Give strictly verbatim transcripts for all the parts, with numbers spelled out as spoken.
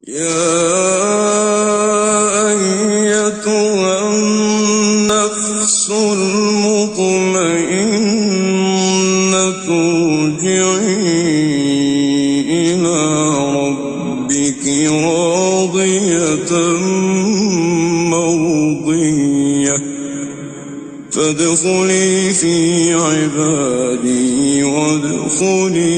يا أيتها النفس المطمئنة ارجعي إلى ربك راضية مرضية فادخلي في عبادي وادخلي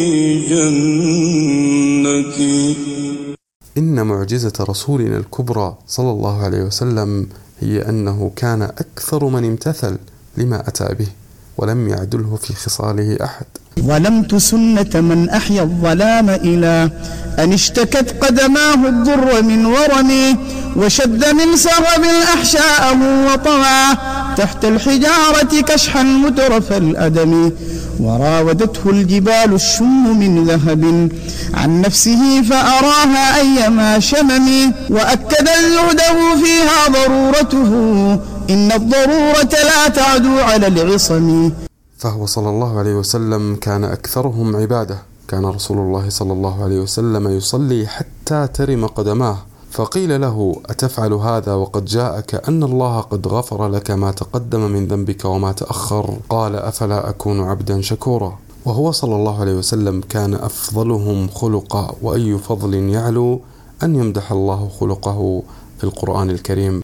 جنتي. إن معجزة رسولنا الكبرى صلى الله عليه وسلم هي أنه كان أكثر من امتثل لما أتى به ولم يعدله في خصاله أحد. ظلمت سنة من أحيا الظلام إلى أن اشتكت قدماه الضر من ورمي وشد من سغب أحشاءه وطوى تحت الحجارة كشحا مترف الأدم وراودته الجبال الشم من ذهب عن نفسه فأراها أيما شمم وأكد زهده فيها ضرورته إن الضرورة لا تعدو على العصم. فهو صلى الله عليه وسلم كان أكثرهم عبادة. كان رسول الله صلى الله عليه وسلم يصلي حتى ترم قدماه، فقيل له: أتفعل هذا وقد جاءك أن الله قد غفر لك ما تقدم من ذنبك وما تأخر؟ قال: أفلا أكون عبدا شكورا. وهو صلى الله عليه وسلم كان أفضلهم خلقا، وأي فضل يعلو أن يمدح الله خلقه في القرآن الكريم.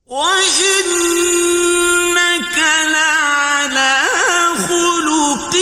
وإنك لعلى خلق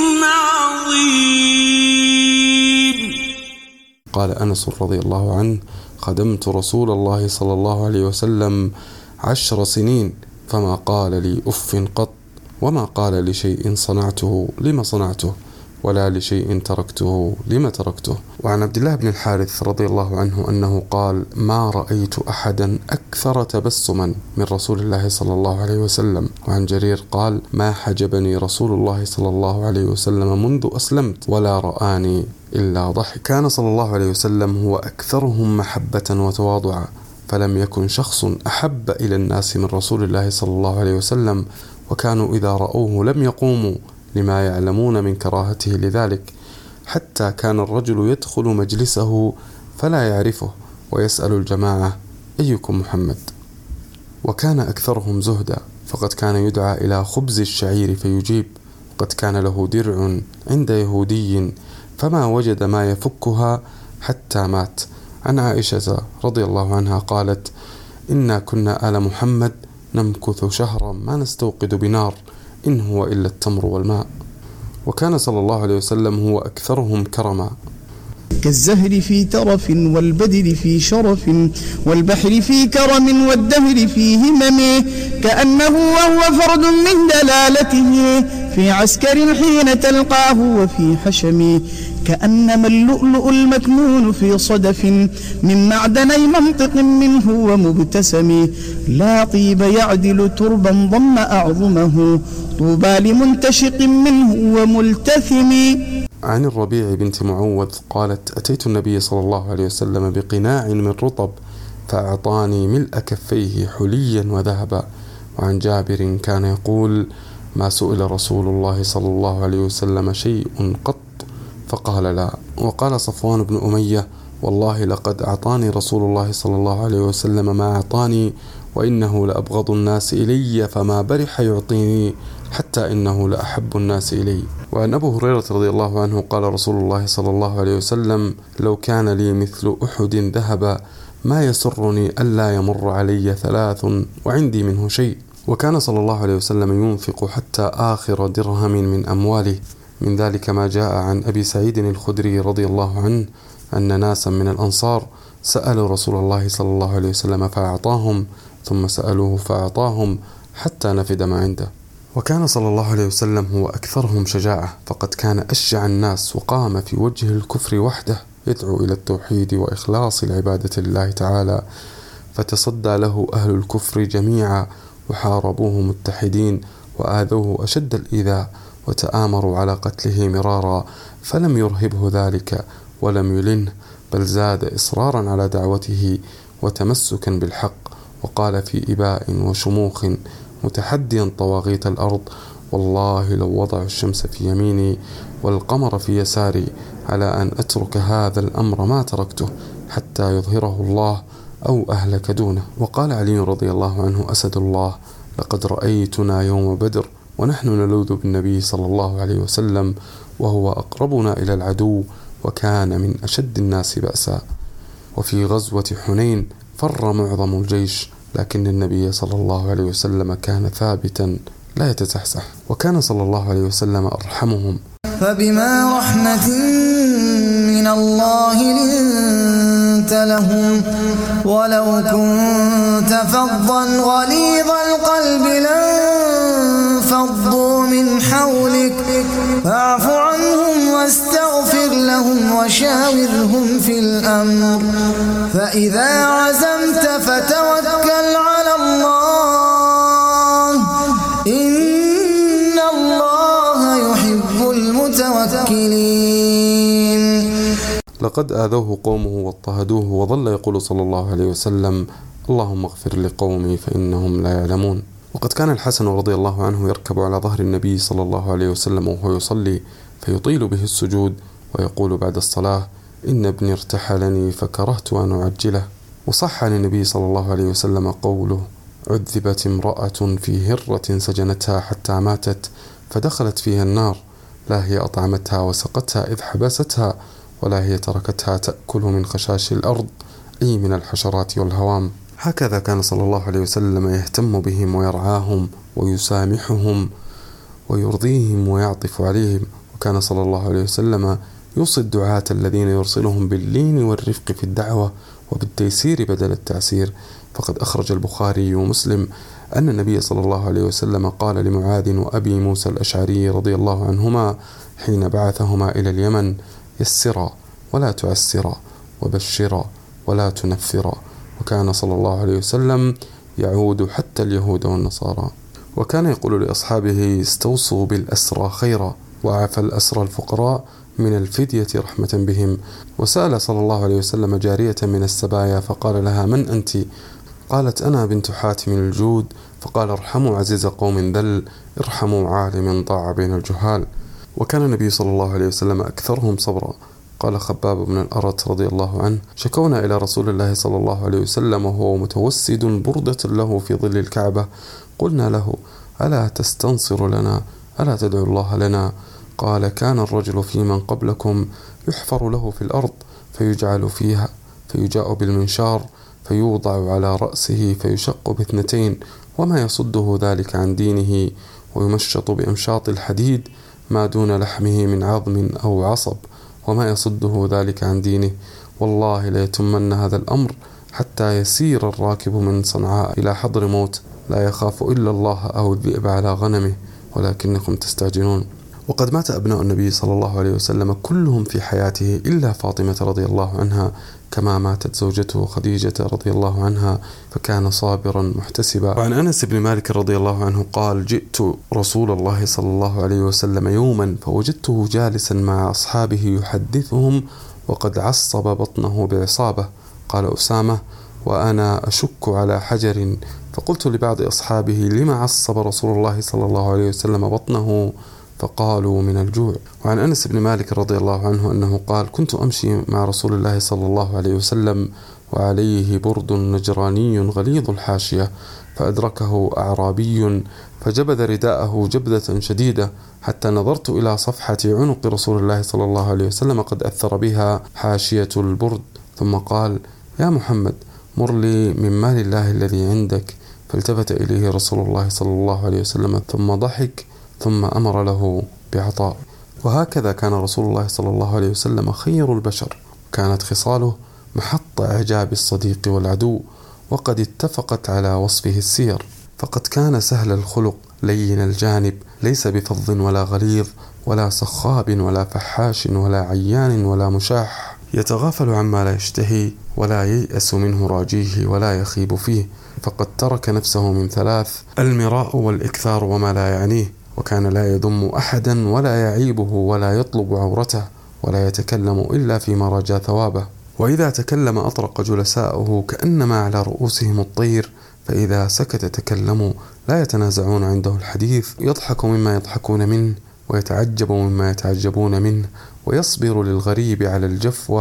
عظيم. قال أنس رضي الله عنه: خدمت رسول الله صلى الله عليه وسلم عشر سنين فما قال لي أف قط، وما قال لشيء صنعته لما صنعته، ولا لشيء تركته لما تركته. وعن عبد الله بن الحارث رضي الله عنه أنه قال: ما رأيت أحدا أكثر تبسما من رسول الله صلى الله عليه وسلم. وعن جرير قال: ما حجبني رسول الله صلى الله عليه وسلم منذ أسلمت ولا رآني إلا ضحك. كان صلى الله عليه وسلم هو أكثرهم محبة وتواضعا، فلم يكن شخص أحب إلى الناس من رسول الله صلى الله عليه وسلم، وكانوا إذا رأوه لم يقوموا لما يعلمون من كراهته لذلك، حتى كان الرجل يدخل مجلسه فلا يعرفه ويسأل الجماعة: أيكم محمد؟ وكان أكثرهم زهدا، فقد كان يدعى إلى خبز الشعير فيجيب، وقد كان له درع عند يهودي فما وجد ما يفكها حتى مات. عن عائشة رضي الله عنها قالت: إنا كنا آل محمد نمكث شهرا ما نستوقد بنار إن هو إلا التمر والماء. وكان صلى الله عليه وسلم هو أكثرهم كرما، كالزهر في ترف والبدر في شرف والبحر في كرم والدهر في همم، كأنه وهو فرد من دلالته في عسكر حين تلقاه وفي حشم، كأنما اللؤلؤ المكنون في صدف من معدني منطق منه ومبتسم، لا طيب يعدل تربا ضم أعظمه طوبى لمنتشق منه وملتثم. عن الربيع بنت معوذ قالت: أتيت النبي صلى الله عليه وسلم بقناع من رطب فأعطاني ملء كفيه حليا وذهبا. وعن جابر كان يقول: ما سئل رسول الله صلى الله عليه وسلم شيء قط فقال لا. وقال صفوان بن أمية: والله لقد أعطاني رسول الله صلى الله عليه وسلم ما أعطاني، وإنه لأبغض الناس إلي فما برح يعطيني حتى إنه لأحب الناس إلي. وعن أبو هريرة رضي الله عنه قال رسول الله صلى الله عليه وسلم: لو كان لي مثل أحد ذهبا ما يسرني ألا يمر علي ثلاث وعندي منه شيء. وكان صلى الله عليه وسلم ينفق حتى آخر درهم من أمواله. من ذلك ما جاء عن أبي سعيد الخدري رضي الله عنه أن ناسا من الأنصار سألوا رسول الله صلى الله عليه وسلم فأعطاهم، ثم سألوه فأعطاهم حتى نفد ما عنده. وكان صلى الله عليه وسلم هو أكثرهم شجاعة، فقد كان أشجع الناس، وقام في وجه الكفر وحده يدعو إلى التوحيد وإخلاص العبادة لله تعالى، فتصدى له أهل الكفر جميعا وحاربوه متحدين وآذوه أشد الإيذاء وتآمروا على قتله مرارا، فلم يرهبه ذلك ولم يلنه، بل زاد إصرارا على دعوته وتمسكا بالحق. وقال في إباء وشموخ متحديا طواغيت الأرض: والله لو وضعوا الشمس في يميني والقمر في يساري على أن أترك هذا الأمر ما تركته، حتى يظهره الله أو أهلك دونه. وقال علي رضي الله عنه: أسد الله، لقد رأيتنا يوم بدر ونحن نلوذ بالنبي صلى الله عليه وسلم وهو أقربنا إلى العدو وكان من أشد الناس بأسا. وفي غزوة حنين فر معظم الجيش، لكن النبي صلى الله عليه وسلم كان ثابتا لا يتزحزح، وكان صلى الله عليه وسلم أرحمهم. فبما رحمة من الله لنت لهم ولو كنت فظا غليظ القلب لانفضوا من حولك فاعف عنهم واستغفر لهم وشاورهم في الأمر فإذا عزمت فتوكل على الله إن الله يحب المتوكلين. لقد آذوه قومه واضطهدوه وظل يقول صلى الله عليه وسلم: اللهم اغفر لقومي فإنهم لا يعلمون. وقد كان الحسن رضي الله عنه يركب على ظهر النبي صلى الله عليه وسلم وهو يصلي فيطيل به السجود ويقول بعد الصلاة: إن ابني ارتحلني فكرهت أن أعجله. وصح عن النبي صلى الله عليه وسلم قوله: عذبت امرأة في هرة سجنتها حتى ماتت فدخلت فيها النار، لا هي أطعمتها وسقتها إذ حبستها ولا هي تركتها تأكل من خشاش الأرض، أي من الحشرات والهوام. هكذا كان صلى الله عليه وسلم يهتم بهم ويرعاهم ويسامحهم ويرضيهم ويعطف عليهم. وكان صلى الله عليه وسلم يوصي الدعاة الذين يرسلهم باللين والرفق في الدعوة وبالتيسير بدل التعسير. فقد أخرج البخاري ومسلم أن النبي صلى الله عليه وسلم قال لمعاذ وأبي موسى الأشعري رضي الله عنهما حين بعثهما إلى اليمن: يسرا ولا تعسرا وبشرا ولا تنفرا. وكان صلى الله عليه وسلم يعود حتى اليهود والنصارى. وكان يقول لأصحابه: استوصوا بالأسرى خيرا، وعفى الأسرى الفقراء من الفدية رحمة بهم. وسأل صلى الله عليه وسلم جارية من السبايا فقال لها: من أنت؟ قالت: أنا بنت حاتم الجود. فقال: ارحموا عزيز قوم ذل، ارحموا عالم ضاع بين الجهال. وكان النبي صلى الله عليه وسلم أكثرهم صبرا. قال خباب بن الأرت رضي الله عنه: شكونا إلى رسول الله صلى الله عليه وسلم وهو متوسد بردة له في ظل الكعبة، قلنا له: ألا تستنصر لنا؟ ألا تدعو الله لنا؟ قال: كان الرجل في من قبلكم يحفر له في الأرض فيجعل فيها فيجاء بالمنشار فيوضع على رأسه فيشق باثنتين، وما يصده ذلك عن دينه، ويمشط بأمشاط الحديد ما دون لحمه من عظم أو عصب، وما يصده ذلك عن دينه. والله لا يتمن هذا الأمر حتى يسير الراكب من صنعاء إلى حضر موت لا يخاف إلا الله أو الذئب على غنمه، ولكنكم تستعجلون. وقد مات أبناء النبي صلى الله عليه وسلم كلهم في حياته إلا فاطمة رضي الله عنها، كما ماتت زوجته خديجة رضي الله عنها، فكان صابرا محتسبا. وعن أنس بن مالك رضي الله عنه قال: جئت رسول الله صلى الله عليه وسلم يوما فوجدته جالسا مع أصحابه يحدثهم وقد عصب بطنه بعصابة. قال أسامة: وأنا أشك على حجر، فقلت لبعض أصحابه: لما عصب رسول الله صلى الله عليه وسلم بطنه؟ فقالوا: من الجوع. وعن أنس بن مالك رضي الله عنه أنه قال: كنت أمشي مع رسول الله صلى الله عليه وسلم وعليه برد نجراني غليظ الحاشية، فأدركه أعرابي فجبذ رداءه جبذة شديدة حتى نظرت إلى صفحة عنق رسول الله صلى الله عليه وسلم قد أثر بها حاشية البرد، ثم قال: يا محمد، مر لي من مال الله الذي عندك. فالتفت إليه رسول الله صلى الله عليه وسلم ثم ضحك ثم أمر له بعطاء. وهكذا كان رسول الله صلى الله عليه وسلم خير البشر، كانت خصاله محط إعجاب الصديق والعدو، وقد اتفقت على وصفه السير. فقد كان سهل الخلق لين الجانب، ليس بفظ ولا غليظ ولا صخاب ولا فحاش ولا عيان ولا مشاح، يتغافل عما لا يشتهي ولا ييأس منه راجيه ولا يخيب فيه. فقد ترك نفسه من ثلاث: المراء والإكثار وما لا يعنيه، وكان لا يذم أحدا ولا يعيبه ولا يطلب عورته ولا يتكلم إلا فيما رجا ثوابه. وإذا تكلم أطرق جلساؤه كأنما على رؤوسهم الطير، فإذا سكت تكلموا، لا يتنازعون عنده الحديث، يضحك مما يضحكون منه ويتعجب مما يتعجبون منه، ويصبر للغريب على الجفوة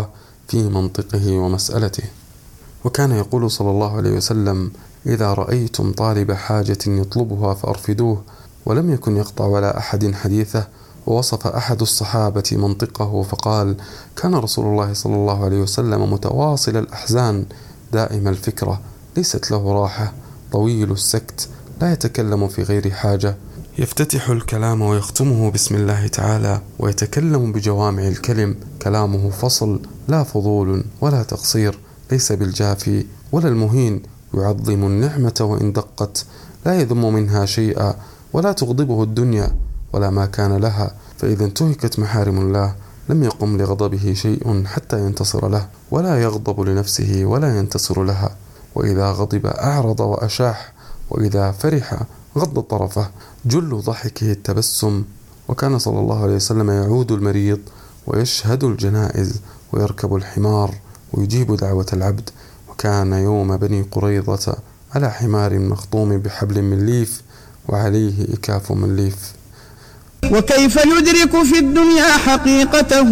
في منطقه ومسألته. وكان يقول صلى الله عليه وسلم: إذا رأيتم طالب حاجة يطلبها فأرفدوه. ولم يكن يقطع على أحد حديثه. ووصف أحد الصحابة منطقه فقال: كان رسول الله صلى الله عليه وسلم متواصل الأحزان دائم الفكرة، ليست له راحة، طويل السكت، لا يتكلم في غير حاجة، يفتتح الكلام ويختمه بسم الله تعالى، ويتكلم بجوامع الكلم، كلامه فصل لا فضول ولا تقصير، ليس بالجافي ولا المهين، يعظم النعمة وإن دقت، لا يذم منها شيئا، ولا تغضبه الدنيا ولا ما كان لها، فإذا انتهكت محارم الله لم يقم لغضبه شيء حتى ينتصر له، ولا يغضب لنفسه ولا ينتصر لها، وإذا غضب أعرض وأشاح، وإذا فرح غض طرفه، جل ضحكه التبسم. وكان صلى الله عليه وسلم يعود المريض ويشهد الجنائز ويركب الحمار ويجيب دعوة العبد. وكان يوم بني قريظة على حمار مخطوم بحبل من ليف وعليه إكاف من ليف. وكيف يدرك في الدنيا حقيقته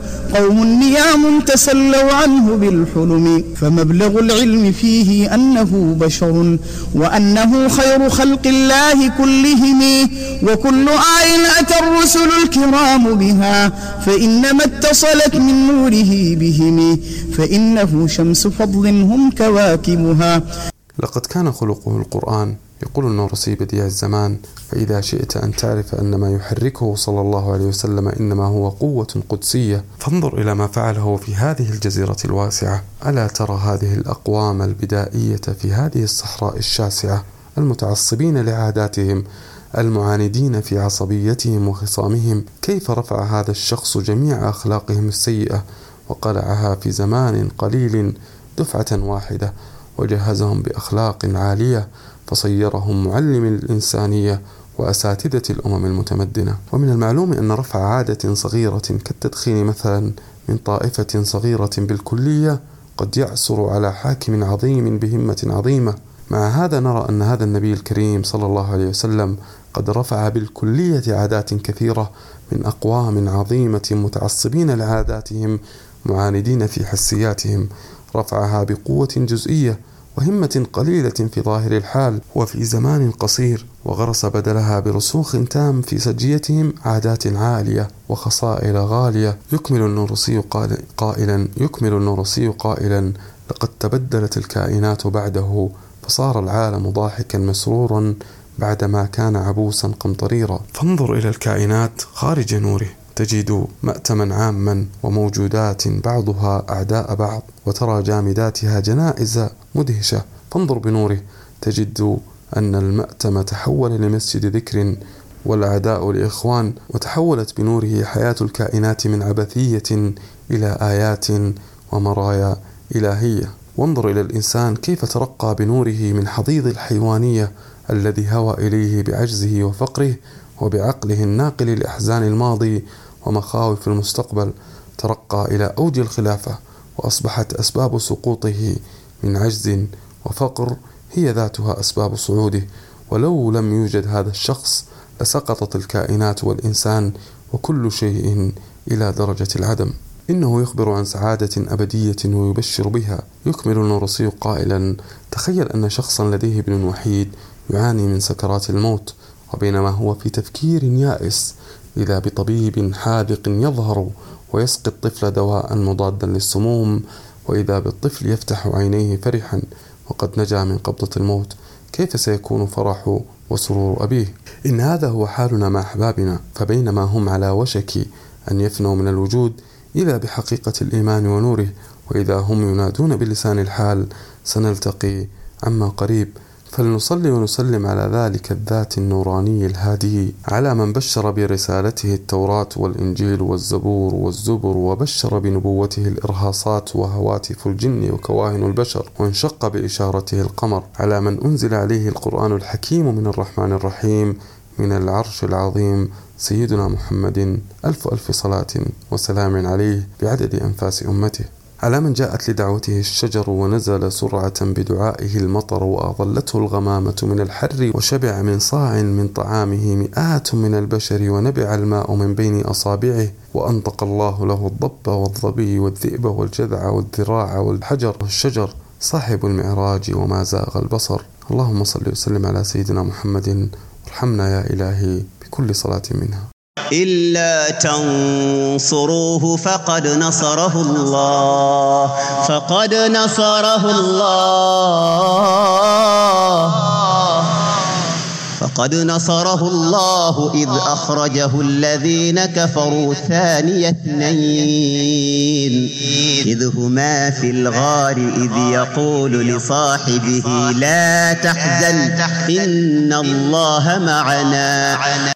قوم نيام تسلوا عنه بالحلم، فمبلغ العلم فيه أنه بشر وأنه خير خلق الله كلهم، وكل آية أتى الرسل الكرام بها، فإنما اتصلت من نوره بهم، فإنه شمس فضل هم كواكبها. لقد كان خلقه القرآن. يقول النورسي بديع الزمان: فإذا شئت أن تعرف أن ما يحركه صلى الله عليه وسلم إنما هو قوة قدسية فانظر إلى ما فعله في هذه الجزيرة الواسعة. ألا ترى هذه الأقوام البدائية في هذه الصحراء الشاسعة، المتعصبين لعاداتهم، المعاندين في عصبيتهم وخصامهم، كيف رفع هذا الشخص جميع أخلاقهم السيئة وقلعها في زمان قليل دفعة واحدة، وجهزهم بأخلاق عالية، فصيرهم معلم الإنسانية وأساتذة الأمم المتمدنة. ومن المعلوم أن رفع عادة صغيرة كالتدخين مثلا من طائفة صغيرة بالكلية قد يعسر على حاكم عظيم بهمة عظيمة. مع هذا نرى أن هذا النبي الكريم صلى الله عليه وسلم قد رفع بالكلية عادات كثيرة من أقوام عظيمة متعصبين لعاداتهم معاندين في حسياتهم، رفعها بقوة جزئية وهمة قليلة في ظاهر الحال وفي زمان قصير، وغرس بدلها برسوخ تام في سجيتهم عادات عالية وخصائل غالية. يكمل النورسي قائلا يكمل النورسي قائلا لقد تبدلت الكائنات بعده، فصار العالم ضاحكا مسرورا بعدما كان عبوسا قمطريرا. فانظر إلى الكائنات خارج نوره، تجد مأتما عاما وموجودات بعضها أعداء بعض، وترى جامداتها جنائز مدهشة. فانظر بنوره تجد أن المأتم تحول لمسجد ذكر والأعداء لإخوان، وتحولت بنوره حياة الكائنات من عبثية إلى آيات ومرايا إلهية. وانظر إلى الإنسان كيف ترقى بنوره من حضيض الحيوانية الذي هوى إليه بعجزه وفقره وبعقله الناقل لأحزان الماضي ومخاوف المستقبل، ترقى إلى أوج الخلافة، وأصبحت أسباب سقوطه من عجز وفقر هي ذاتها أسباب صعوده. ولو لم يوجد هذا الشخص لسقطت الكائنات والإنسان وكل شيء إلى درجة العدم. إنه يخبر عن سعادة أبدية ويبشر بها. يكمل النورسي قائلا: تخيل أن شخصا لديه ابن وحيد يعاني من سكرات الموت، وبينما هو في تفكير يائس إذا بطبيب حاذق يظهر ويسقي الطفل دواء مضادا للسموم، وإذا بالطفل يفتح عينيه فرحا وقد نجا من قبضة الموت. كيف سيكون فرح وسرور أبيه؟ إن هذا هو حالنا مع أحبابنا، فبينما هم على وشك أن يفنوا من الوجود إذا بحقيقة الإيمان ونوره، وإذا هم ينادون بلسان الحال سنلتقي عما قريب. فلنصلي ونسلم على ذلك الذات النوراني الهادي، على من بشر برسالته التوراة والإنجيل والزبور والزبر، وبشر بنبوته الإرهاصات وهواتف الجن وكواهن البشر، وانشق بإشارته القمر، على من أنزل عليه القرآن الحكيم من الرحمن الرحيم من العرش العظيم، سيدنا محمد، ألف ألف صلاة وسلام عليه بعدد أنفاس أمته. على من جاءت لدعوته الشجر ونزل سرعة بدعائه المطر وأظلته الغمامة من الحر وشبع من صاع من طعامه مئات من البشر ونبع الماء من بين أصابعه وأنطق الله له الضب والظبي والذئب والجذع والذراع والحجر والشجر صاحب المعراج وما زاغ البصر. اللهم صل وسلم على سيدنا محمد وارحمنا يا إلهي بكل صلاة منها. إلا تنصروه فقد نصره الله فقد نصره الله فقد نصره الله إذ أخرجه الذين كفروا ثاني اثنين إذ هما في الغار إذ يقول لصاحبه لا تحزن إن الله معنا